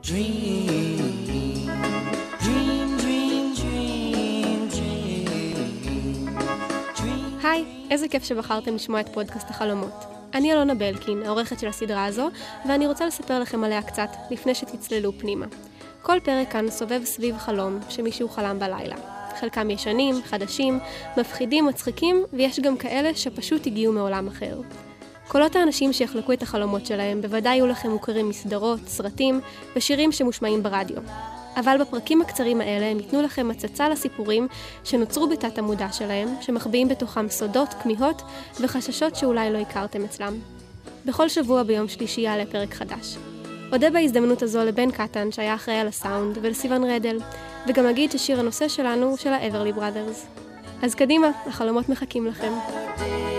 dream, dream, dream, dream, dream. היי, איזה כיף שבחרתם לשמוע את פודקאסט החלומות. אני אלונה בלקין, העורכת של הסדרה הזו, ואני רוצה לספר לכם עליה קצת לפני שתצללו פנימה. כל פרק כאן סובב סביב חלום שמישהו חלם בלילה. חלקם ישנים, חדשים, מפחידים, מצחיקים, ויש גם כאלה שפשוט הגיעו מעולם אחר. קולות האנשים שיחלקו את החלומות שלהם בוודאי יהיו לכם מוכרים מסדרות, סרטים ושירים שמושמעים ברדיו. אבל בפרקים הקצרים האלה הם ייתנו לכם הצצה לסיפורים שנוצרו בתת המודע שלהם, שמחביאים בתוכם סודות, כמיהות וחששות שאולי לא הכרתם אצלם. בכל שבוע ביום שלישי יעלה פרק חדש. אודה בהזדמנות הזו לבן קטן שהיה אחראי על הסאונד ולסיוון רדל, וגם אגיד ששיר הנושא שלנו הוא של האברלי בראדרס. אז קדימה, החלומות מחכים לכם.